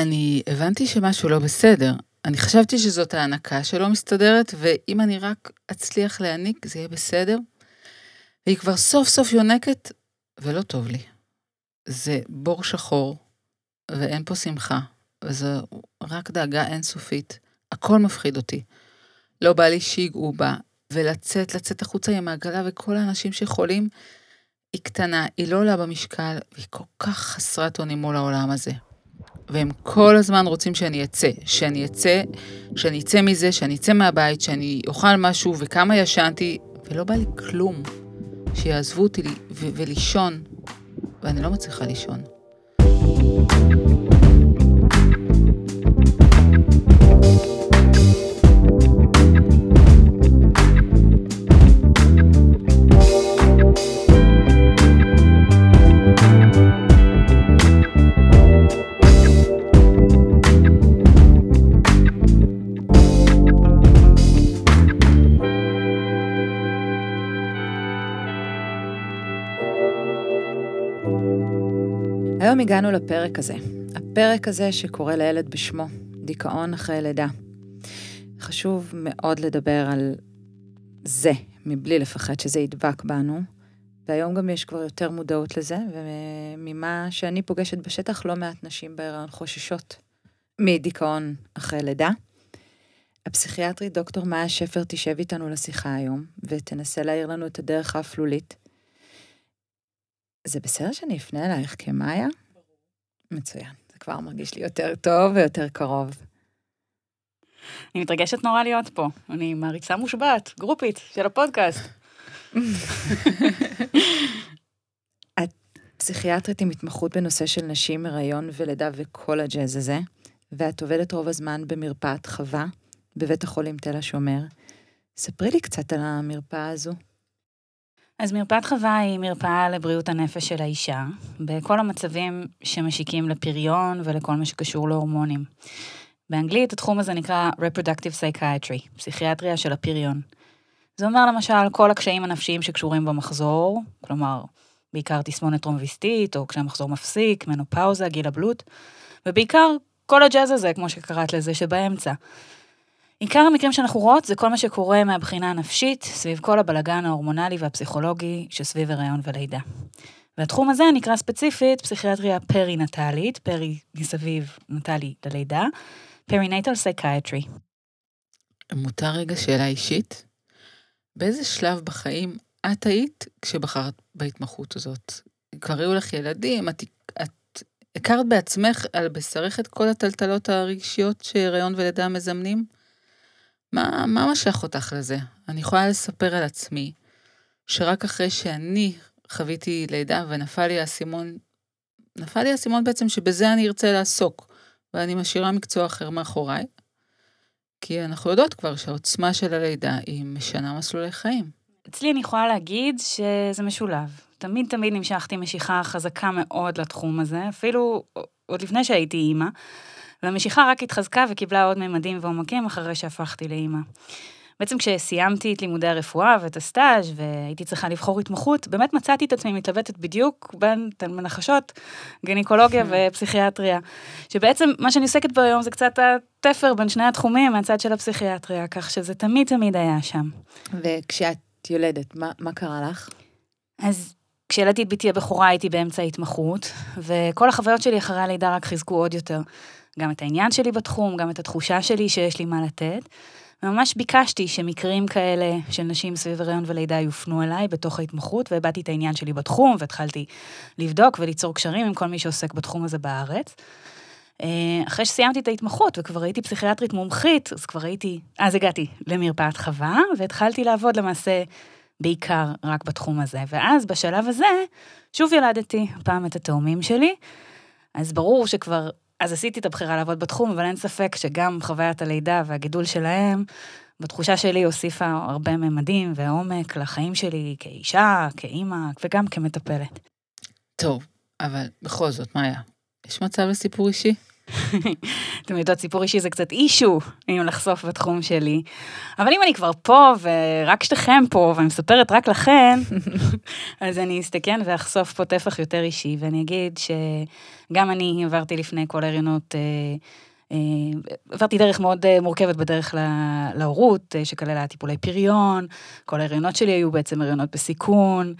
אני הבנתי שמשהו לא בסדר. אני חשבתי שזאת ההנקה שלא מסתדרת, ואם אני רק אצליח להעניק, זה יהיה בסדר. והיא כבר סוף סוף יונקת, ולא טוב לי. זה בור שחור, ואין פה שמחה, וזו רק דאגה אינסופית. הכל מפחיד אותי. לא בא לי שיגעו בה, ולצאת החוצה עם העגלה, וכל האנשים שחולים, היא קטנה, היא לא עולה במשקל, והיא כל כך חסרת אונים מול העולם הזה. והם כל הזמן רוצים שאני אצא מזה, שאני אצא מהבית, שאני אוכל משהו, וכמה ישנתי, ולא בא לי כלום. שיעזבו אותי ולישון, ואני לא מצליחה לישון. היום הגענו לפרק הזה. הפרק הזה שקורא לילד בשמו, דיכאון אחרי לידה. חשוב מאוד לדבר על זה, מבלי לפחד שזה ידבק בנו. והיום גם יש כבר יותר מודעות לזה, וממה שאני פוגשת בשטח, לא מעט נשים בהיריון חוששות מדיכאון אחרי לידה. הפסיכיאטרית דוקטור מאיה שפר תשב איתנו לשיחה היום, ותנסה להעיר לנו את הדרך האפלולית. זה בסדר שאני אפנה אלייך כמאיה? מצוין, זה כבר מרגיש לי יותר טוב ויותר קרוב. אני מתרגשת נורא להיות פה, אני מעריצה מושבעת, גרופית של הפודקאסט. את פסיכיאטרית עם התמחות בנושא של נשים, הריון ולידה וכל הג'אז הזה, ואת עובדת רוב הזמן במרפאת חווה, בבית החולים תל השומר. ספרי לי קצת על המרפאה הזו. אז מרפאת חווה היא מרפאה לבריאות הנפש של האישה, בכל המצבים שמשיקים לפריון ולכל מה שקשור להורמונים. באנגלית התחום הזה נקרא Reproductive Psychiatry, פסיכיאטריה של הפריון. זה אומר למשל כל הקשיים הנפשיים שקשורים במחזור, כלומר בעיקר תסמונת טרומביסטית, או כשהמחזור מפסיק, מנופאוזה, גיל הבלוט, ובעיקר כל הג'אז הזה, כמו שקראת לזה, שבאמצע. עיקר המקרים שאנחנו רואות זה כל מה שקורה מהבחינה הנפשית, סביב כל הבלגן ההורמונלי והפסיכולוגי שסביב הריון ולידה. והתחום הזה נקרא ספציפית פסיכיאטריה פרי-נטלית, פרי מסביב נטלי ללידה, פרי-נטל סייקיאטרי. מותר רגע שאלה אישית? באיזה שלב בחיים את היית כשבחרת בהתמחות הזאת? כבר היו לך ילדים, את הכרת בעצמך על בשרך את כל הטלטלות הרגשיות שהריון ולידה מזמנים? מה משך אותך לזה? אני יכולה לספר על עצמי, שרק אחרי שאני חוויתי לידה ונפל לי האסימון בעצם שבזה אני ארצה לעסוק, ואני משאירה מקצוע אחר מאחוריי, כי אנחנו יודעות כבר שהעוצמה של הלידה היא משנה מסלולי חיים. אצלי אני יכולה להגיד שזה משולב. תמיד נמשכתי משיכה חזקה מאוד לתחום הזה, אפילו עוד לפני שהייתי אימא, והמשיכה רק התחזקה וקיבלה עוד ממדים ועומקים אחרי שהפכתי לאימא. בעצם כשסיימתי את לימודי הרפואה ואת הסטאז' והייתי צריכה לבחור התמחות, באמת מצאתי את עצמי מתלבטת בדיוק בין מנחשות, גינקולוגיה ופסיכיאטריה, שבעצם מה שאני עוסקת בו היום זה קצת התפר בין שני התחומים מהצד של הפסיכיאטריה, כך שזה תמיד היה שם. וכשאת יולדת, מה קרה לך? אז כשילדתי את ביתי הבכורה הייתי באמצע ההתמחות, וכל החוויות שלי אחרי הלידה רק חיזקו עוד יותר. גם את העניין שלי בתחום, גם את התחושה שלי שיש לי מה לתת. וממש ביקשתי שמקרים כאלה של נשים סביב הריון ולידה יופנו אליי בתוך ההתמחות, והבאתי את העניין שלי בתחום, והתחלתי לבדוק וליצור קשרים עם כל מי שעוסק בתחום הזה בארץ. אחרי שסיימתי את ההתמחות, וכבר הייתי פסיכיאטרית מומחית, אז הגעתי למרפאת חווה, והתחלתי לעבוד למעשה בעיקר רק בתחום הזה. ואז בשלב הזה, שוב ילדתי פעם את התאומים שלי, אז ברור שכבר אז עשיתי את הבחירה לעבוד בתחום, אבל אין ספק שגם חוויית הלידה והגידול שלהם, בתחושה שלי הוסיפה הרבה ממדים ועומק לחיים שלי כאישה, כאימא וגם כמטפלת. טוב, אבל בכל זאת, מאיה, יש מצב לסיפור אישי? אתם יודעות, סיפור אישי זה קצת אישו, אם לחשוף בתחום שלי. אבל אם אני כבר פה, ורק שתיכם פה, ואני מספרת רק לכן, אז אני אסתכן ואחשוף פה טפח יותר אישי, ואני אגיד שגם אני עברתי לפני כל ההריונות, עברתי דרך מאוד מורכבת בדרך להורות, שכללה טיפולי פריון, כל ההריונות שלי היו בעצם הריונות בסיכון,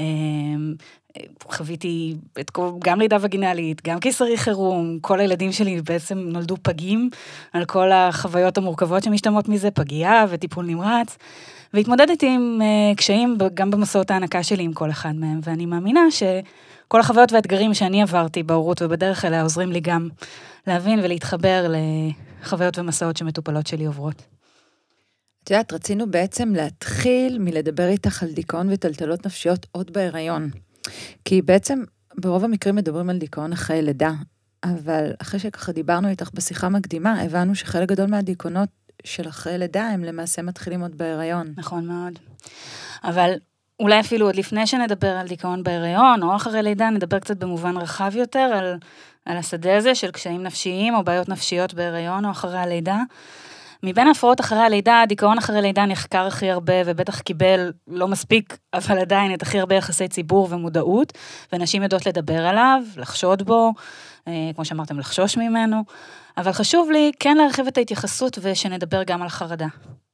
חוויתי גם לידה וגינלית, גם קיסרי חירום, כל הילדים שלי בעצם נולדו פגים, על כל החוויות המורכבות שמשתמעות מזה, פגיעה וטיפול נמרץ, והתמודדתי עם קשיים גם במסעות ההנקה שלי עם כל אחד מהם, ואני מאמינה שכל החוויות והאתגרים שאני עברתי בהורות ובדרך אליה עוזרים לי גם להבין ולהתחבר לחוויות ומסעות שמטופלות שלי עוברות. את יודעת, רצינו בעצם להתחיל מלדבר איתך על דיכאון וטלטלות נפשיות עוד בהיריון. כי בעצם ברוב המקרים מדברים על דיכאון אחרי לידה, אבל אחרי שככה דיברנו איתך בשיחה מקדימה, הבנו שחלק גדול מהדיכאונות של אחרי לידה הם למעשה מתחילים עוד בהיריון. נכון מאוד. אבל אולי אפילו עוד לפני שנדבר על דיכאון בהיריון, או אחרי לידה, נדבר קצת במובן רחב יותר על השדה הזה של קשיים נפשיים או בעיות נפשיות בהיריון או אחרי הלידה. מבין ההפרעות אחרי הלידה, דיכאון אחרי לידה נחקר הכי הרבה, ובטח קיבל לא מספיק, אבל עדיין את הכי הרבה יחסי ציבור ומודעות, ונשים יודעות לדבר עליו, לחשוד בו, כמו שאמרתם, לחשוש ממנו, אבל חשוב לי כן להרחיב את ההתייחסות, ושנדבר גם על חרדה.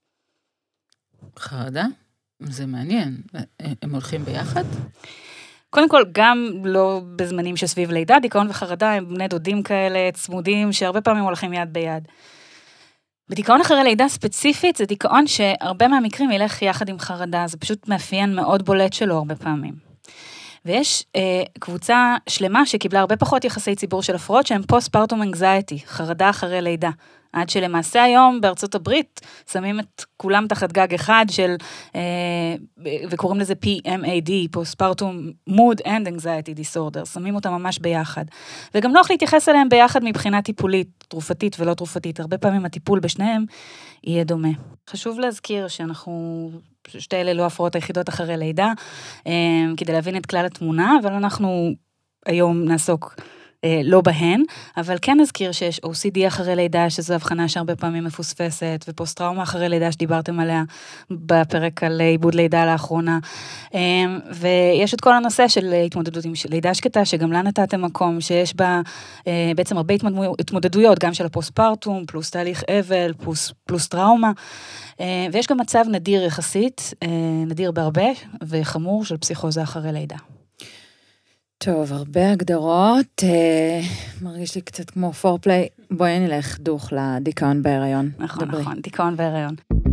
חרדה? זה מעניין. הם הולכים ביחד? קודם כל, גם לא בזמנים שסביב לידה, דיכאון וחרדה הם בני דודים כאלה, צמודים, שהרבה פעמים הולכים יד ביד. בדיכאון אחרי לידה ספציפית, זה דיכאון שהרבה מהמקרים ילך יחד עם חרדה, זה פשוט מאפיין מאוד בולט שלו הרבה פעמים. ויש קבוצה שלמה שקיבלה הרבה פחות יחסי ציבור של הפרעות, שהם פוסט-פרטום אנגזייטי, חרדה אחרי לידה. עד שלמעשה היום בארצות הברית, שמים את כולם תחת גג אחד של, וקוראים לזה PMAD, פוסט-פרטום Mood and Anxiety Disorder, שמים אותם ממש ביחד. וגם נוח להתייחס אליהם ביחד מבחינה טיפולית, תרופתית ולא תרופתית. הרבה פעמים הטיפול בשניהם יהיה דומה. חשוב להזכיר שאנחנו, שתי אלה לא הפרעות היחידות אחרי לידה, כדי להבין את כלל התמונה, אבל אנחנו היום נעסוק לא בהן, אבל כן נזכיר שיש OCD אחרי לידה, שזו הבחנה שהרבה פעמים מפוספסת, ופוסט-טראומה אחרי לידה שדיברתם עליה בפרק על עיבוד לידה לאחרונה, ויש את כל הנושא של התמודדות עם לידה שקטה, שגם לה נתתם מקום, שיש בה בעצם הרבה התמודדויות, גם של הפוסט-פרטום, פלוס תהליך אבל, פלוס טראומה, ויש גם מצב נדיר יחסית, נדיר בהרבה, וחמור של פסיכוזה אחרי לידה. טוב, הרבה הגדרות, מרגיש לי קצת כמו פורפליי, בואי נלך דוך לדיכאון בהיריון. נכון, נכון, דיכאון בהיריון.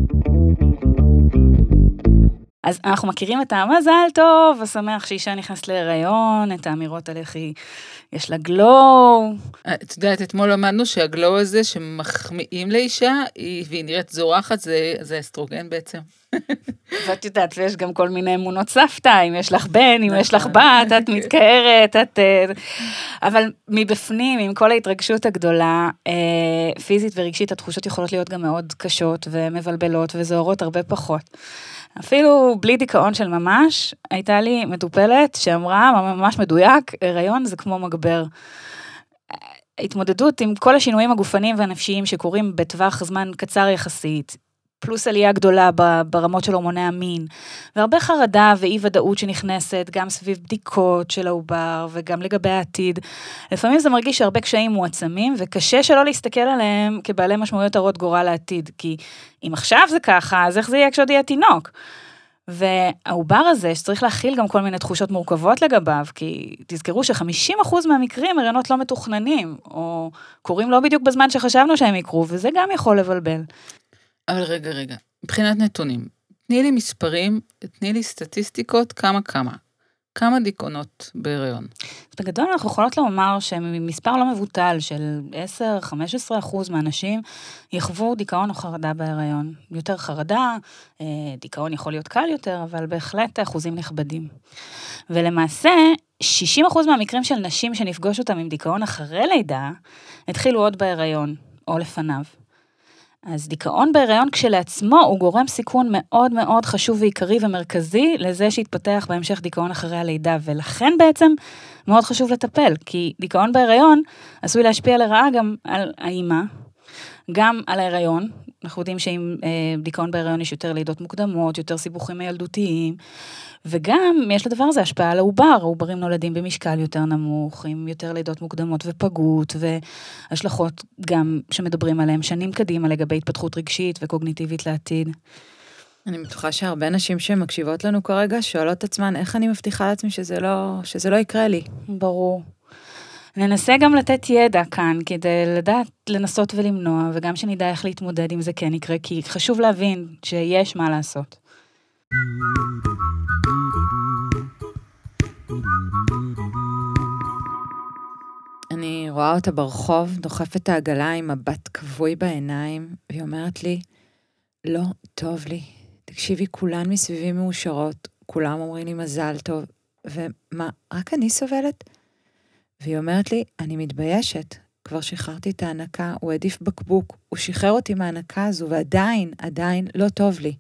אז אנחנו מכירים את המזל טוב, ושמח שאישה נכנסת להיריון, את האמירות על איך יש לה גלו. את יודעת, אתמול למדנו שהגלו הזה שמחמיאים לאישה, והיא נראית זורחת, זה אסטרוגן בעצם. ואת יודעת, ויש גם כל מיני אמונות סבתא, אם יש לך בן, אם יש לך בת, את מתקערת, אבל מבפנים, עם כל ההתרגשות הגדולה, פיזית ורגשית, התחושות יכולות להיות גם מאוד קשות ומבלבלות וזוהרות הרבה פחות. אפילו בלי דיכאון של ממש, הייתה לי מטופלת שאמרה, ממש מדויק, הריון זה כמו מגבר. התמודדות עם כל השינויים הגופניים והנפשיים שקורים בטווח זמן קצר יחסית, פלוס עלייה גדולה ברמות של הורמוני המין, והרבה חרדה ואי ודאות שנכנסת, גם סביב בדיקות של העובר, וגם לגבי העתיד. לפעמים זה מרגיש שהרבה קשיים מועצמים, וקשה שלא להסתכל עליהם כבעלי משמעויות הרות גורל לעתיד, כי אם עכשיו זה ככה, אז איך זה יהיה כשעוד יהיה תינוק? והעובר הזה, שצריך להכיל גם כל מיני תחושות מורכבות לגביו, כי תזכרו ש50% מהמקרים הריונות לא מתוכננים, או קורים לא בדיוק בזמן שחשבנו שהם יקרו, וזה גם יכול לבלבל. אבל רגע, מבחינת נתונים, תני לי מספרים, תני לי סטטיסטיקות, כמה דיכאונות בהיריון. אז בגדול אנחנו יכולות לומר שמספר לא מבוטל של 10-15% מהאנשים יחוו דיכאון או חרדה בהיריון. יותר חרדה, דיכאון יכול להיות קל יותר, אבל בהחלט אחוזים נכבדים. ולמעשה, 60% מהמקרים של נשים שנפגוש אותם עם דיכאון אחרי לידה, התחילו עוד בהיריון או לפניו. אז דיכאון בהיריון כשלעצמו הוא גורם סיכון מאוד מאוד חשוב ועיקרי ומרכזי לזה שהתפתח בהמשך דיכאון אחרי הלידה, ולכן בעצם מאוד חשוב לטפל, כי דיכאון בהיריון עשוי להשפיע לרעה גם על האמא, גם על ההיריון. אנחנו יודעים שעם דיכאון בהיריון יש יותר לידות מוקדמות, יותר סיבוכים ילדותיים, וגם יש לדבר הזה השפעה על העובר, העוברים נולדים במשקל יותר נמוך, עם יותר לידות מוקדמות ופגות, והשלכות גם שמדברים עליהם שנים קדימה לגבי התפתחות רגשית וקוגניטיבית לעתיד. אני בטוחה שהרבה נשים שמקשיבות לנו כרגע שואלות עצמן, איך אני מבטיחה לעצמי שזה לא יקרה לי? ברור. ננסה גם לתת ידע כאן, כדי לדעת, לנסות ולמנוע, וגם שנדע איך להתמודד עם זה כן יקרה, כי חשוב להבין שיש מה לעשות. אני רואה אותה ברחוב, דוחפת את העגלה עם מבט כבוי בעיניים, והיא אומרת לי, לא טוב לי. תקשיבי, כולן מסביבי מאושרות, כולם אומרים לי מזל טוב, ומה, רק אני סובלת? והיא אומרת לי, אני מתביישת, כבר שחררתי את הענקה, הוא עדיף בקבוק, הוא שחרר אותי מהענקה הזו, ועדיין לא טוב לי.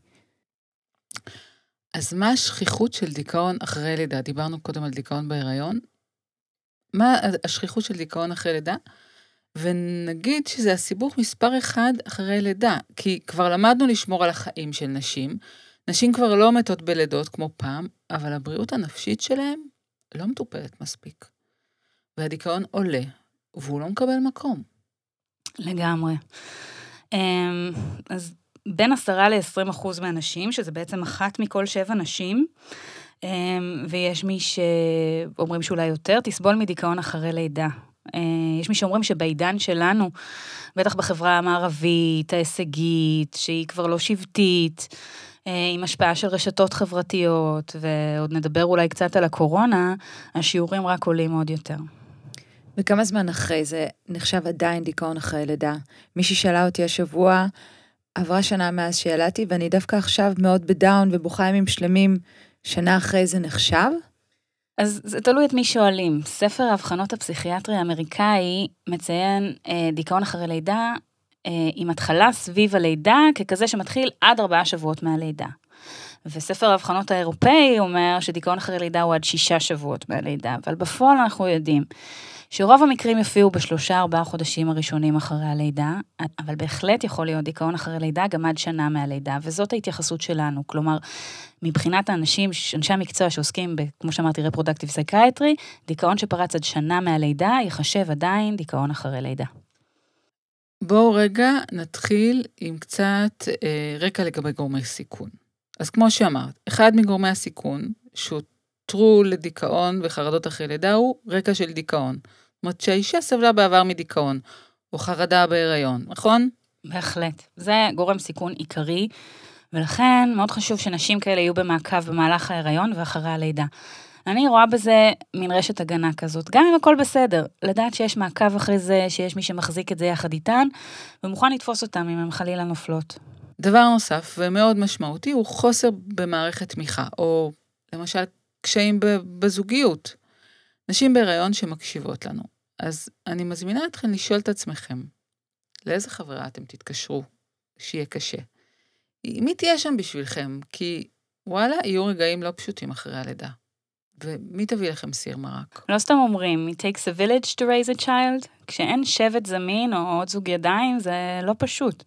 אז מה השכיחות של דיכאון אחרי לידה? דיברנו קודם על דיכאון בהיריון. מה השכיחות של דיכאון אחרי לידה? ונגיד שזה הסיבוך מספר 1 אחרי לידה, כי כבר למדנו לשמור על החיים של נשים. נשים כבר לא מתות בלידות כמו פעם, אבל הבריאות הנפשית שלהם לא מטופלת מספיק. והדיכאון עולה, והוא לא מקבל מקום. לגמרי. אז בין 10-20% מהנשים, שזה בעצם 1 מכל 7 נשים, ויש מי שאומרים שאולי יותר, תסבול מדיכאון אחרי לידה. יש מי שאומרים שבעידן שלנו, בטח בחברה המערבית, ההישגית, שהיא כבר לא שבטית, עם השפעה של רשתות חברתיות, ועוד נדבר אולי קצת על הקורונה, השיעורים רק עולים עוד יותר. וכמה זמן אחרי זה נחשב עדיין דיכאון אחרי לידה? מישהי שאלה אותי השבוע, עברה שנה מאז שילדתי, ואני דווקא עכשיו מאוד בדאון ובוכה ימים שלמים, שנה אחרי זה נחשב? אז זה תלוי את מי שואלים. ספר האבחנות הפסיכיאטרי האמריקאי מציין דיכאון אחרי לידה, עם התחלה סביב הלידה, ככזה שמתחיל עד 4 שבועות מהלידה. וספר האבחנות האירופאי אומר שדיכאון אחרי לידה הוא עד 6 שבועות מהלידה, אבל בפועל אנחנו יודעים שרוב המקרים יופיעו ב3-4 חודשים הראשונים אחרי הלידה, אבל בהחלט יכול להיות דיכאון אחרי לידה גם עד שנה מהלידה, וזאת ההתייחסות שלנו. כלומר, מבחינת האנשים, אנשי המקצוע שעוסקים כמו שאמרתי, reproductive psychiatry, דיכאון שפרץ עד שנה מהלידה, יחשב עדיין דיכאון אחרי לידה. בואו רגע נתחיל עם קצת רקע לגבי גורמי סיכון. אז כמו שאמרת, אחד מגורמי הסיכון, שהותרו לדיכאון וחרדות אחרי לידה, הוא רקע של דיכאון. זאת אומרת שהאישה סבלה בעבר מדיכאון, או חרדה בהיריון, נכון? בהחלט. זה גורם סיכון עיקרי, ולכן מאוד חשוב שנשים כאלה יהיו במעקב במהלך ההיריון ואחרי הלידה. אני רואה בזה מין רשת הגנה כזאת, גם אם הכל בסדר, לדעת שיש מעקב אחרי זה, שיש מי שמחזיק את זה יחד איתן, ומוכן לתפוס אותם אם הם חלילה נופלות. דבר נוסף ומאוד משמעותי הוא חוסר במערכת תמיכה, או למשל קשיים בזוגיות. נשים בהיריון שמקשיבות לנו. אז אני מזמינה אתכם לשאול את עצמכם, לאיזה חברה אתם תתקשרו שיהיה קשה? מי תהיה שם בשבילכם? כי וואלה, יהיו רגעים לא פשוטים אחרי הלידה. ומי תביא לכם סיר מרק? לא סתם אומרים, it takes a village to raise a child. כשאין שבט זמין או עוד זוג ידיים, זה לא פשוט.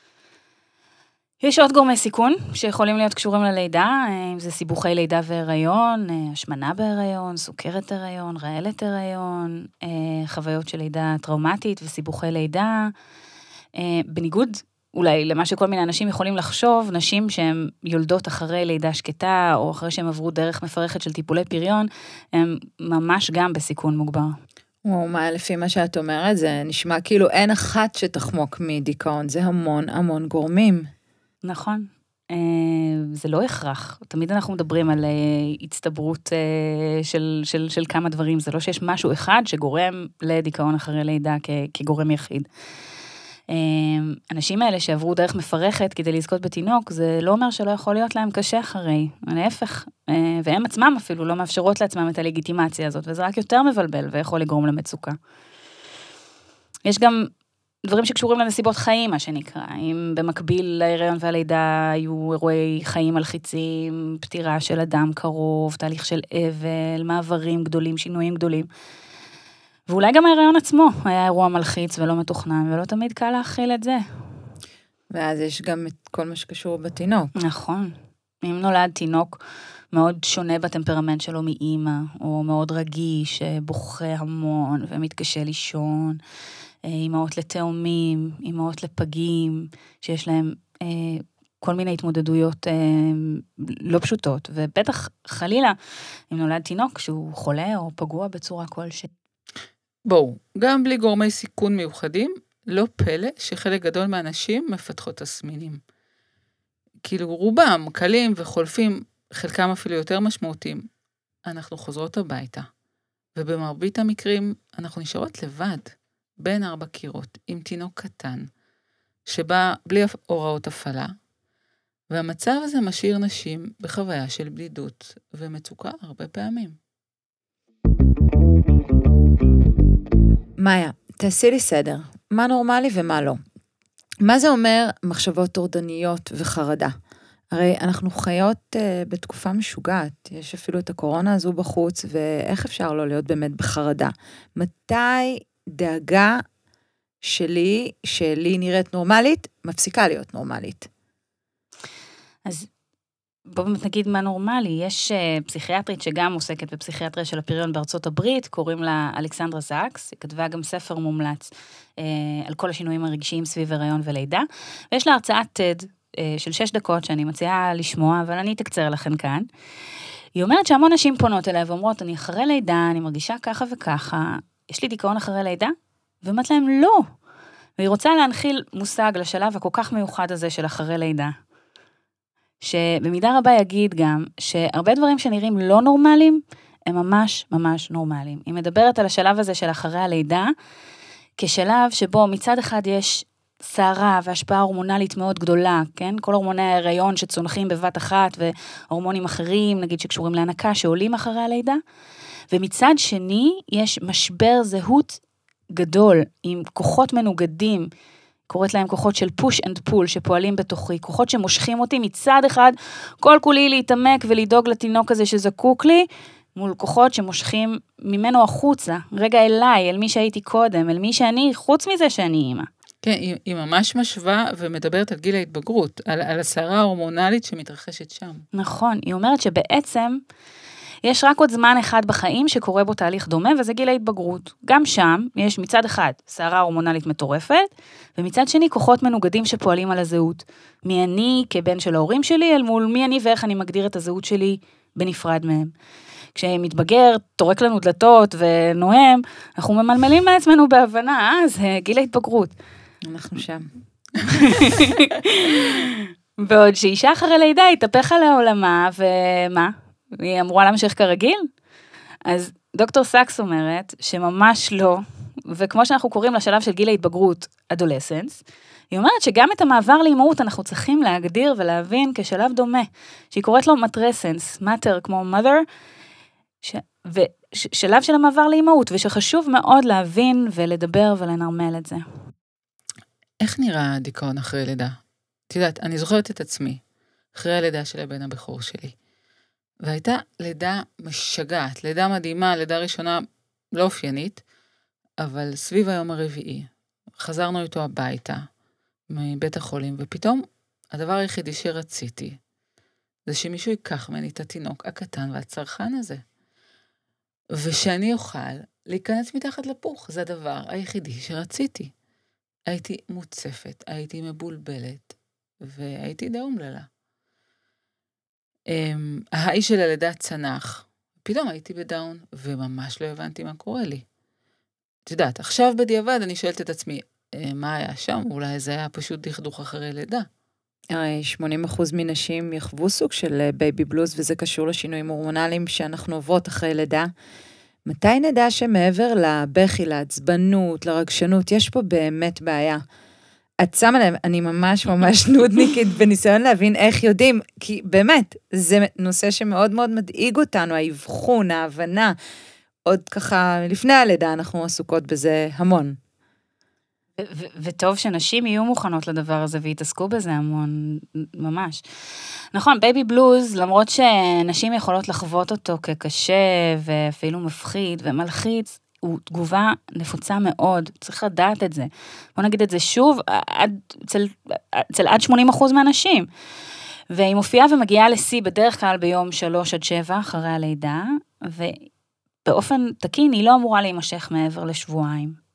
יש עוד גורמי סיכון שיכולים להיות קשורים ללידה, אם זה סיבוכי לידה והיריון, השמנה בהיריון, סוכרת הריון, רעלת הריון, חוויות של לידה טראומטית וסיבוכי לידה. בניגוד אולי למה שכל מיני אנשים יכולים לחשוב, נשים שהן יולדות אחרי לידה שקטה, או אחרי שהן עברו דרך מפרכת של טיפולי פריון, הן ממש גם בסיכון מוגבר. מה, לפי מה שאת אומרת, זה נשמע כאילו אין אחת שתחמוק מדיכאון, זה המון גורמים. נכון. זה לא הכרח. תמיד אנחנו מדברים על הצטברות של כמה דברים. זה לא שיש משהו אחד שגורם לדיכאון אחרי לידה כגורם יחיד. אנשים האלה שעברו דרך מפרכת כדי לזכות בתינוק, זה לא אומר שלא יכול להיות להם קשה אחרי. להפך. והם עצמם אפילו לא מאפשרות לעצמם את הלגיטימציה הזאת, וזה רק יותר מבלבל ויכול לגרום למצוקה. יש גם דברים שקשורים לנסיבות חיים, מה שנקרא. אם במקביל להיריון והלידה היו אירועי חיים מלחיצים, פטירה של אדם קרוב, תהליך של אבל, מעברים גדולים, שינויים גדולים. ואולי גם ההיריון עצמו היה אירוע מלחיץ ולא מתוכנן, ולא תמיד קל להכיל את זה. ואז יש גם את כל מה שקשור בתינוק. נכון. אם נולד תינוק מאוד שונה בטמפרמנט שלו מאמא, או מאוד רגיש, בוכה המון ומתקשה לישון, אמהות לתאומים, אמהות לפגים, שיש להם כל מיני התמודדויות לא פשוטות, ובטח חלילה, אם נולד תינוק שהוא חולה או פגוע בצורה כלשהי. בואו, גם בלי גורמי סיכון מיוחדים, לא פלא שחלק גדול מהאנשים מפתחות תסמינים. כאילו רובם קלים וחולפים, חלקם אפילו יותר משמעותיים, אנחנו חוזרות הביתה, ובמרבית המקרים אנחנו נשארות לבד, בין 4 קירות, עם תינוק קטן, שבא בלי הוראות הפעלה, והמצב הזה משאיר נשים בחוויה של בדידות ומצוקה הרבה פעמים. מאיה, תעשי לי סדר, מה נורמלי ומה לא. מה זה אומר מחשבות טורדניות וחרדה? הרי אנחנו חיות בתקופה משוגעת, יש אפילו את הקורונה הזו בחוץ, ואיך אפשר לא להיות באמת בחרדה? מתי דאגה שלי נראית נורמלית, מפסיקה להיות נורמלית? אז בואו נגיד מה נורמלי, יש פסיכיאטרית שגם עוסקת בפסיכיאטריה של הפריון בארצות הברית, קוראים לה אלכסנדרה זקס, היא כתבה גם ספר מומלץ על כל השינויים הרגשיים סביב הריון ולידה, ויש לה הרצאת TED של 6 דקות שאני מציעה לשמוע, אבל אני אתקצר לכן כאן. היא אומרת שהמון נשים פונות אליה ואומרות, אני אחרי לידה, אני מרגישה ככה וככה, יש לי דיכאון אחרי לידה? ואומרת להם לא. והיא רוצה להנחיל מושג לשלב הכל כך מיוחד הזה של אחרי לידה. שבמידה רבה יגיד גם שהרבה דברים שנראים לא נורמליים, הם ממש ממש נורמליים. היא מדברת על השלב הזה של אחרי הלידה, כשלב שבו מצד אחד יש שערה והשפעה הורמונלית מאוד גדולה, כן? כל הורמוני ההיריון שצונחים בבת אחת, והורמונים אחרים, נגיד שקשורים להנקה, שעולים אחרי הלידה, ומצד שני יש משבר זהות גדול, עם כוחות מנוגדים, קוראת להם כוחות של push and pull שפועלים בתוכי, כוחות שמושכים אותי מצד אחד, כל כולי להתעמק ולדאוג לתינוק הזה שזקוק לי, מול כוחות שמושכים ממנו החוצה, רגע אליי, אל מי שהייתי קודם, אל מי שאני, חוץ מזה שאני אימא. כן, היא ממש משווה ומדברת על גיל ההתבגרות, על הסערה ההורמונלית שמתרחשת שם. נכון, היא אומרת שבעצם יש רק עוד זמן אחד בחיים שקורה בו תהליך דומה, וזה גיל ההתבגרות. גם שם יש מצד אחד סערה הורמונלית מטורפת, ומצד שני כוחות מנוגדים שפועלים על הזהות. מי אני כבן של ההורים שלי, אל מול מי אני ואיך אני מגדיר את הזהות שלי בנפרד מהם. כשמתבגר, תורק לנו דלתות ונוהם, אנחנו ממלמלים לעצמנו בהבנה, זה גיל ההתבגרות. אנחנו שם. בעוד שאישה אחרי לידה התהפך על העולמה, ומה? היא אמורה להמשיך כרגיל? אז דוקטור סקס אומרת שממש לא, וכמו שאנחנו קוראים לשלב של גיל ההתבגרות, אדולסנס, היא אומרת שגם את המעבר לאימהות אנחנו צריכים להגדיר ולהבין כשלב דומה, שהיא קוראת לו מטרסנס, מטר כמו mother, ושלב של המעבר לאימהות, ושחשוב מאוד להבין ולדבר ולנרמל את זה. איך נראה דיכאון אחרי לידה? את יודעת, אני זוכרת את עצמי, אחרי הלידה של הבן הבכור שלי. והייתה לידה משגעת, לידה מדהימה, לידה ראשונה לא אופיינית, אבל סביב היום הרביעי, חזרנו איתו הביתה, מבית החולים, ופתאום הדבר היחידי שרציתי, זה שמישהו ייקח ממני את התינוק הקטן והצרכן הזה. ושאני אוכל להיכנס מתחת לפוך, זה הדבר היחידי שרציתי. הייתי מוצפת, הייתי מבולבלת, והייתי די אומללה. האיש של הלידה צנח, פתאום הייתי בדאון, וממש לא הבנתי מה קורה לי. את יודעת, עכשיו בדיעבד אני שואלת את עצמי, מה היה שם? אולי זה היה פשוט דכדוך אחרי לידה. הרי 80% מנשים יחוו סוג של בייבי בלוז, וזה קשור לשינויים הורמונליים שאנחנו עוברות אחרי לידה. מתי נדע שמעבר לבכי, לעצבנות, לרגשנות, יש פה באמת בעיה? את שמה לב, אני ממש נודניקית בניסיון להבין איך יודעים, כי באמת, זה נושא שמאוד מאוד מדאיג אותנו, האבחון, ההבנה, עוד ככה, לפני הלידה אנחנו עסוקות בזה המון. וטוב שנשים יהיו מוכנות לדבר הזה, והתעסקו בזה המון, ממש. נכון, בייבי בלוז, למרות שנשים יכולות לחוות אותו כקשה, ואפילו מפחיד ומלחיץ, הוא תגובה נפוצה מאוד, צריך לדעת את זה. בוא נגיד את זה שוב, אצל עד 80% מהנשים. והיא מופיעה ומגיעה לשיא בדרך כלל ביום 3-7 אחרי הלידה, ובאופן תקין היא לא אמורה להימשך מעבר לשבועיים.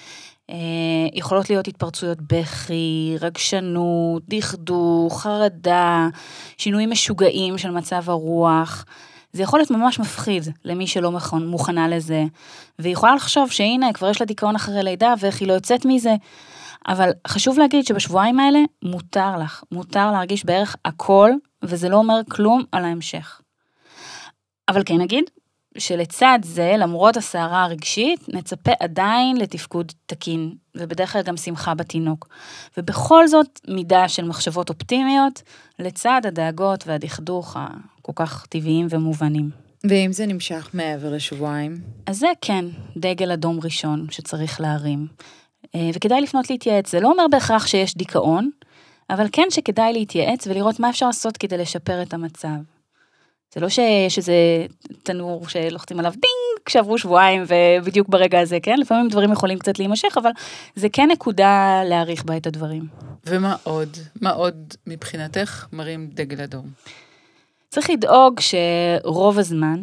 יכולות להיות התפרצויות בכי, רגשנות, דכדוך, חרדה, שינויים משוגעים של מצב הרוח. זה יכול להיות ממש מפחיד למי שלא מוכנה לזה, והיא יכולה לחשוב שהנה, כבר יש לה דיכאון אחרי לידה, ואיך היא לא יוצאת מזה. אבל חשוב להגיד שבשבועיים האלה מותר להרגיש בערך הכל, וזה לא אומר כלום על ההמשך. אבל כן נגיד, שלצד זה, למרות הסערה הרגשית, נצפה עדיין לתפקוד תקין, ובדרך כלל גם שמחה בתינוק. ובכל זאת, מידה של מחשבות אופטימיות, לצד הדאגות והדכדוך הכל כך טבעיים ומובנים. ואם זה נמשך מעבר לשבועיים? אז זה כן, דגל אדום ראשון שצריך להרים. וכדאי לפנות להתייעץ. זה לא אומר בהכרח שיש דיכאון, אבל כן שכדאי להתייעץ ולראות מה אפשר לעשות כדי לשפר את המצב. זה לא שיש איזה תנור שלוחצים עליו דינג, כשעברו שבועיים ובדיוק ברגע הזה, כן? לפעמים דברים יכולים קצת להימשך, אבל זה כן נקודה להעריך בה את הדברים. ומה עוד? מה עוד מבחינתך מרים דגל אדום? צריך לדאוג שרוב הזמן,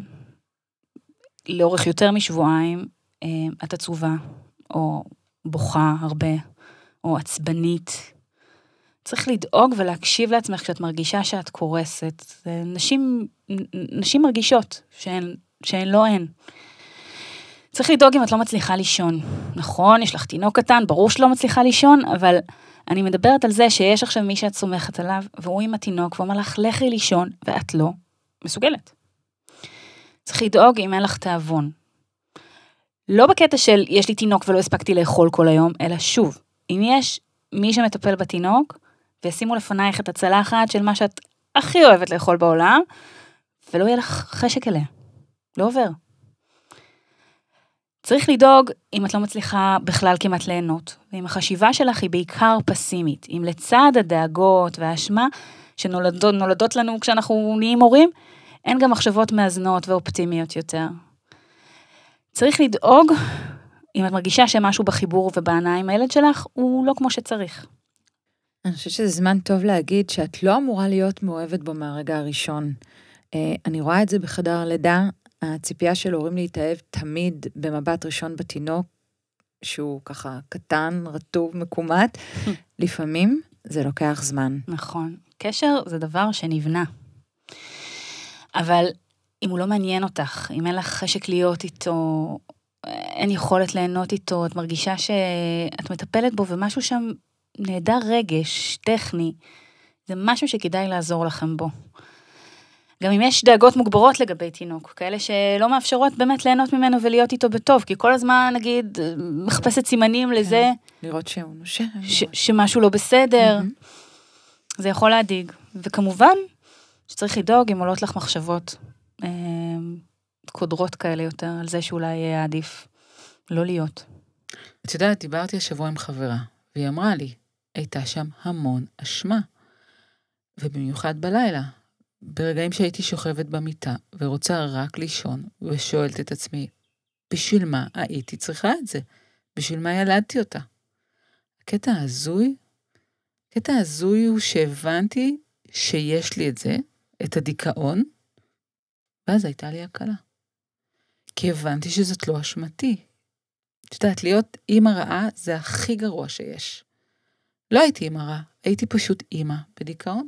לאורך יותר משבועיים, את עצובה, או בוכה הרבה, או עצבנית. צריך לדאוג ולהקשיב לעצמך כשאת מרגישה שאת קורסת. נשים מרגישות שהן לא הן. צריך לדאוג אם את לא מצליחה לישון. נכון, יש לך תינוק קטן, ברור שלא מצליחה לישון, אבל אני מדברת על זה שיש עכשיו מי שאת סומכת עליו, והוא עם התינוק, ואומר לך, לכי לישון, ואת לא מסוגלת. צריך לדאוג אם אין לך תאבון. לא בקטע של יש לי תינוק ולא הספקתי לאכול כל היום, אלא שוב, אם יש מי שמטפל בתינוק, וישימו לפנייך את הצלחת של מה שאת הכי אוהבת לאכול בעולם, ולא יהיה לך חשק אליה. לא עובר. צריך לדאוג אם את לא מצליחה בכלל כמעט ליהנות, ואם החשיבה שלך היא בעיקר פסימית, אם לצד הדאגות והאשמה שנולדות לנו כשאנחנו נהיים הורים, אין גם מחשבות מאזנות ואופטימיות יותר. צריך לדאוג אם את מרגישה שמשהו בחיבור ובעיניים הילד שלך, הוא לא כמו שצריך. אני חושבת שזה זמן טוב להגיד שאת לא אמורה להיות מאוהבת בו מהרגע הראשון. אני רואה את זה בחדר הלידה, הציפייה של הורים להתאהב תמיד במבט ראשון בתינוק, שהוא ככה קטן, רטוב, מקומט, לפעמים זה לוקח זמן. נכון. קשר זה דבר שנבנה. אבל אם הוא לא מעניין אותך, אם אין לך חשק להיות איתו, אין יכולת ליהנות איתו, את מרגישה שאת מטפלת בו, ומשהו שם נהדר רגש, טכני, זה משהו שכדאי לעזור לכם בו. גם אם יש דאגות מוגברות לגבי תינוק, כאלה שלא מאפשרות באמת ליהנות ממנו ולהיות איתו בטוב, כי כל הזמן, נגיד, מחפשת סימנים לזה, לראות שהוא נושם. שמשהו לא בסדר, זה יכול להדיג. וכמובן, שצריך לדאוג אם עולות לך מחשבות קודרות כאלה יותר, על זה שאולי יהיה עדיף לא להיות. את יודעת, דיברתי השבוע עם חברה, והיא אמרה לי, הייתה שם המון אשמה, ובמיוחד בלילה, ברגעים שהייתי שוכבת במיטה, ורוצה רק לישון, ושואלת את עצמי, בשביל מה הייתי צריכה את זה? בשביל מה ילדתי אותה? הקטע הזוי הוא שהבנתי שיש לי את זה, את הדיכאון, ואז הייתה לי הקלה. כי הבנתי שזאת לא אשמתי. את יודעת, להיות אימא רעה זה הכי גרוע שיש. לא הייתי אימא רעה, הייתי פשוט אימא בדיכאון.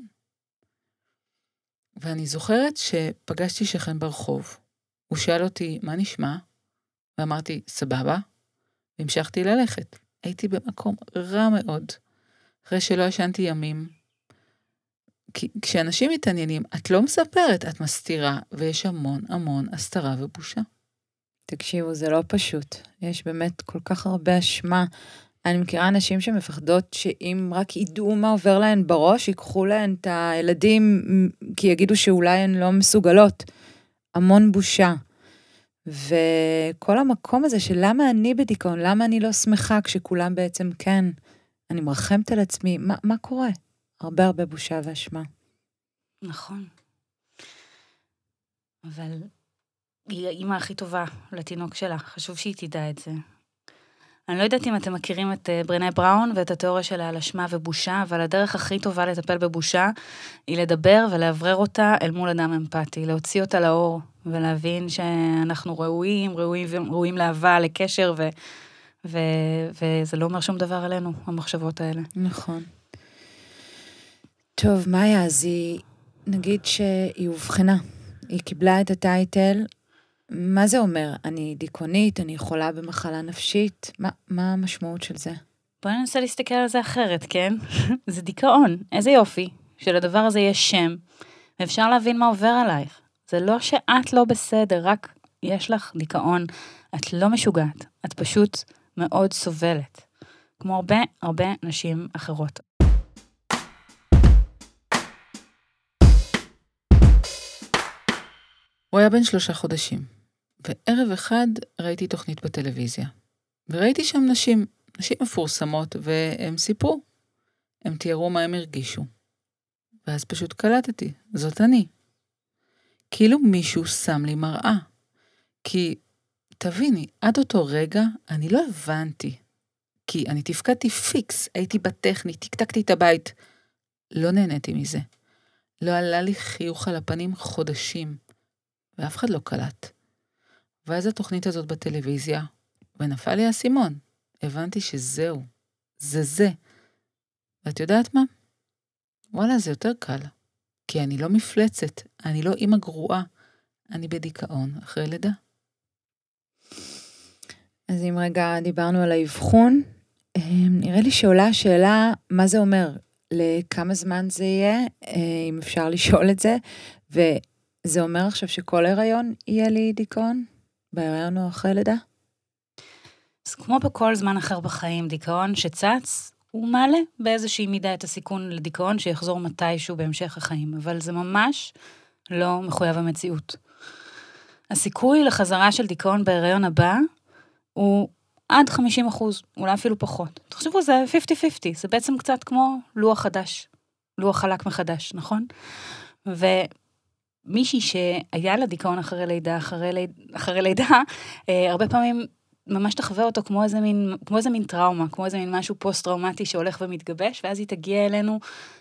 ואני זוכרת שפגשתי שכן ברחוב. הוא שאל אותי, מה נשמע? ואמרתי, סבבה. והמשכתי ללכת. הייתי במקום רע מאוד. אחרי שלא ישנתי ימים. כשאנשים מתעניינים, את לא מספרת, את מסתירה, ויש המון הסתרה ובושה. תקשיבו, זה לא פשוט. יש באמת כל כך הרבה אשמה. אני מכירה אנשים שמפחדות שאם רק ידעו מה עובר להן בראש, ייקחו להן את הילדים, כי יגידו שאולי הן לא מסוגלות. המון בושה. וכל המקום הזה של למה אני בדיכאון, למה אני לא שמחה כשכולם בעצם כן, אני מרחמת על עצמי, מה קורה? הרבה בושה ואשמה. נכון. אבל היא האמא הכי טובה לתינוק שלה, חשוב שהיא תדע את זה. אני לא יודעת אם אתם מכירים את ברנה בראון ואת התיאוריה שלה על אשמה ובושה, אבל הדרך הכי טובה לטפל בבושה היא לדבר ולעברר אותה אל מול אדם אמפתי, להוציא אותה לאור ולהבין שאנחנו ראויים לאהבה, לקשר, וזה לא אומר שום דבר עלינו, המחשבות האלה. נכון. טוב, מאיה, אז נגיד שהיא הובחנה, היא קיבלה את הטייטל, מה זה אומר? אני דיכאונית, אני חולה במחלה נפשית, מה המשמעות של זה? בואי ננסה להסתכל על זה אחרת, כן? זה דיכאון, איזה יופי, שלדבר הזה יש שם, ואפשר להבין מה עובר עלייך. זה לא שאת לא בסדר, רק יש לך דיכאון, את לא משוגעת, את פשוט מאוד סובלת, כמו הרבה נשים אחרות. הוא היה בן 3 חודשים, וערב אחד ראיתי תוכנית בטלוויזיה, וראיתי שם נשים מפורסמות, והם סיפרו, הם תיארו מה הם הרגישו. ואז פשוט קלטתי, זאת אני. כאילו מישהו שם לי מראה. כי, תביני, עד אותו רגע אני לא הבנתי. כי אני תפקדתי פיקס, הייתי בטכנית, תקתקתי את הבית. לא נהניתי מזה. לא עלה לי חיוך על הפנים חודשים, ואף אחד לא קלט. ואז התוכנית הזאת בטלוויזיה, ונפל לי האסימון. הבנתי שזהו, זה. ואת יודעת מה? וואלה, זה יותר קל. כי אני לא מפלצת, אני לא אמא גרועה, אני בדיכאון אחרי לידה. אז אם רגע דיברנו על האבחון, נראה לי שעולה השאלה, מה זה אומר? לכמה זמן זה יהיה, אם אפשר לשאול את זה, וזה אומר עכשיו שכל הריון יהיה לי דיכאון? בהיריון או אחרי לידה? אז כמו בכל זמן אחר בחיים, דיכאון שצץ, הוא מעלה באיזושהי מידה את הסיכון לדיכאון שיחזור מתישהו בהמשך החיים, אבל זה ממש לא מחויב המציאות. הסיכוי לחזרה של דיכאון בהיריון הבא הוא עד 50%, אולי אפילו פחות. תחשבו, זה 50-50, זה בעצם קצת כמו לוח חדש, לוח חלק מחדש, נכון? ומישהי שהיה לה דיכאון אחרי לידה, הרבה פעמים ממש תחווה אותו כמו איזה מין טראומה, כמו איזה מין משהו פוסט-טראומטי שהולך ומתגבש, ואז היא תגיע אלינו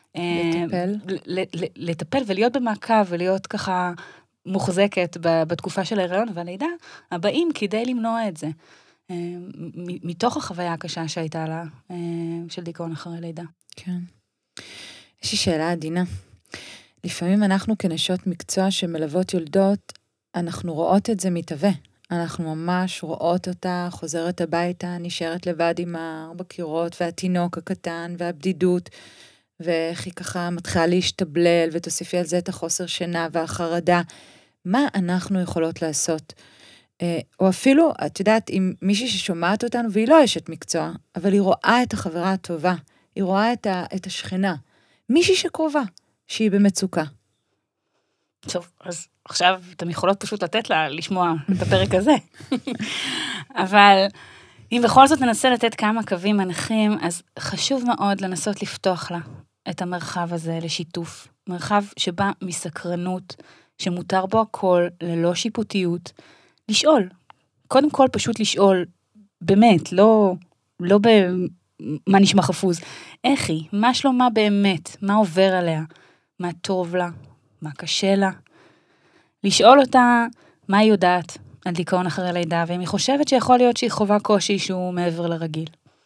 לטפל ולהיות במעקב, ולהיות ככה מוחזקת בתקופה של ההיריון והלידה, הבאים כדי למנוע את זה, מתוך החוויה הקשה שהייתה לה, של דיכאון אחרי לידה. כן. יש לי שאלה עדינה. לפעמים אנחנו כנשות מקצוע שמלוות יולדות, אנחנו רואות את זה מתהווה. אנחנו ממש רואות אותה, חוזרת הביתה, נשארת לבד עם 4 קירות, והתינוק הקטן, והבדידות, ואיך היא ככה מתחילה להשתבלל, ותוסיפי על זה את החוסר שינה והחרדה. מה אנחנו יכולות לעשות? או אפילו, את יודעת, עם מישהי ששומעת אותנו, והיא לא אשת מקצוע, אבל היא רואה את החברה הטובה, היא רואה את השכנה, מישהי שקרובה, שהיא במצוקה. טוב, אז עכשיו אתם יכולות פשוט לתת לה לשמוע את הפרק הזה. אבל אם בכל זאת ננסה לתת כמה קווים מנחים, אז חשוב מאוד לנסות לפתוח לה את המרחב הזה לשיתוף. מרחב שבא מסקרנות, שמותר בו הכל, ללא שיפוטיות. לשאול. קודם כל פשוט לשאול, באמת, לא במה נשמע חפוז. איך היא? מה שלומה באמת? מה עובר עליה? מה טוב לה? מה קשה לה? לשאול אותה מה היא יודעת על דיכאון אחרי לידה, ואם היא חושבת שיכול להיות שהיא חובה קושי שהוא מעבר לרגיל.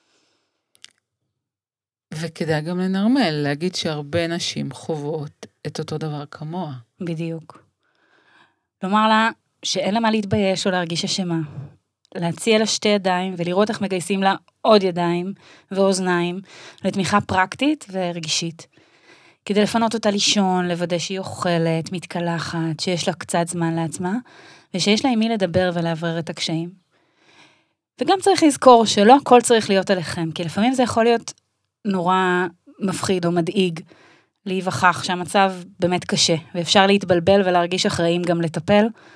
וכדאי גם לנרמל, להגיד שהרבה נשים חוות את אותו דבר כמוה. בדיוק. לומר לה שאין לה מה להתבייש או להרגיש אשמה. להציע לה 2 ידיים ולראות איך מגייסים לה עוד ידיים ואוזניים לתמיכה פרקטית ורגשית. כדי לפנות אותה לישון, לוודא שהיא אוכלת, מתקלחת, שיש לה קצת זמן לעצמה, ושיש לה עם מי לדבר ולעברר את הקשיים. וגם צריך לזכור שלא הכל צריך להיות עליכם, כי לפעמים זה יכול להיות נורא מפחיד או מדאיג, להיווכח שהמצב באמת קשה, ואפשר להתבלבל ולהרגיש אחראים גם לטפל.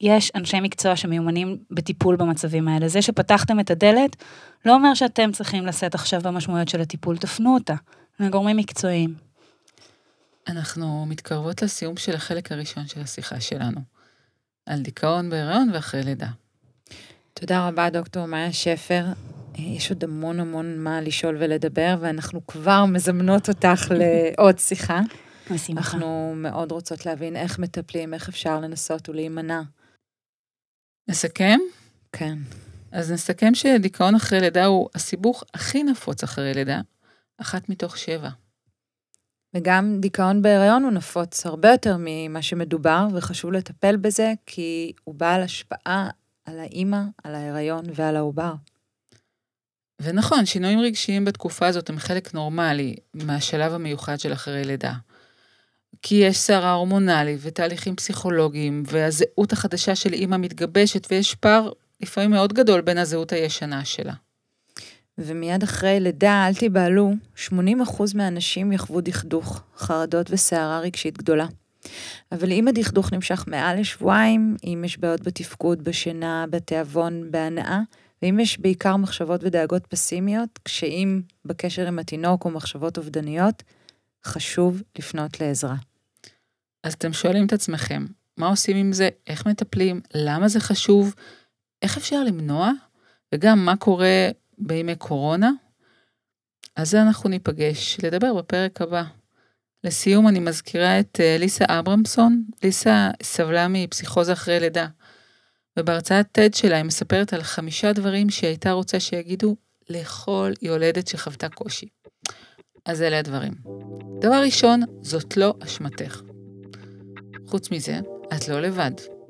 יש אנשי מקצוע שמיומנים בטיפול במצבים האלה. זה שפתחתם את הדלת, לא אומר שאתם צריכים לשאת עכשיו במשמעויות של הטיפול, תפנו אותה לגורמים מקצועיים. אנחנו מתקרבות לסיום של החלק הראשון של השיחה שלנו, על דיכאון בהיריון ואחרי לידה. תודה רבה, דוקטור מאיה שפר. יש עוד המון מה לשאול ולדבר, ואנחנו כבר מזמנות אותך לעוד שיחה. אנחנו מאוד רוצות להבין איך מטפלים, איך אפשר לנסות ולהימנע. נסכם? כן. אז נסכם שדיכאון אחרי לידה הוא הסיבוך הכי נפוץ אחרי לידה, 1 מתוך 7. וגם דיכאון בהיריון הוא נפוץ הרבה יותר ממה שמדובר, וחשוב לטפל בזה, כי הוא בעל השפעה על האמא, על ההיריון ועל העובר. ונכון, שינויים רגשיים בתקופה הזאת הם חלק נורמלי מהשלב המיוחד של אחרי לידה. כי יש סערה הורמונלית ותהליכים פסיכולוגיים, והזהות החדשה של אמא מתגבשת, ויש פער לפעמים מאוד גדול בין הזהות הישנה שלה. ומיד אחרי לידה, אל תיבהלו, 80% מהאנשים יחוו דכדוך, חרדות וסערה רגשית גדולה. אבל אם הדכדוך נמשך מעל לשבועיים, אם יש בעיות בתפקוד, בשינה, בתיאבון, בהנאה, ואם יש בעיקר מחשבות ודאגות פסימיות, קשיים בקשר עם התינוק או מחשבות אובדניות, חשוב לפנות לעזרה. אז אתם שואלים את עצמכם, מה עושים עם זה? איך מטפלים? למה זה חשוב? איך אפשר למנוע? וגם מה קורה בימי קורונה? אז זה אנחנו ניפגש לדבר בפרק הבא. לסיום אני מזכירה את ליסה אברמסון. ליסה סבלה מפסיכוזה אחרי לידה. ובהרצאת TED שלה היא מספרת על 5 דברים שהיא הייתה רוצה שיגידו לכל יולדת שחוותה קושי. אז אלה הדברים. דבר ראשון, זאת לא אשמתך. חוץ מזה, את לא לבד.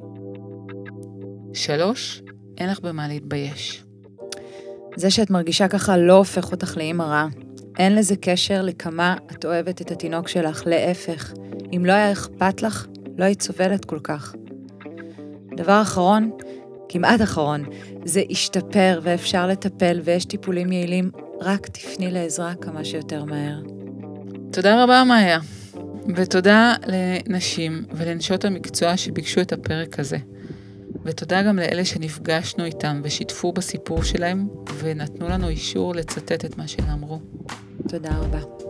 3, אין לך במה להתבייש. זה שאת מרגישה ככה לא הופך אותך לאמא רעה. אין לזה קשר לכמה את אוהבת את התינוק שלך, להפך. אם לא היה אכפת לך, לא היית סובלת כל כך. דבר אחרון, כמעט אחרון, זה ישתפר ואפשר לטפל ויש טיפולים יעילים, רק תפני לעזרה כמה שיותר מהר. תודה רבה מאיה, ותודה לנשים ולנשות המקצוע שביקשו את הפרק הזה. ותודה גם לאלה שנפגשנו איתם ושיתפו בסיפור שלהם ונתנו לנו אישור לצטט את מה שהם אמרו. תודה רבה.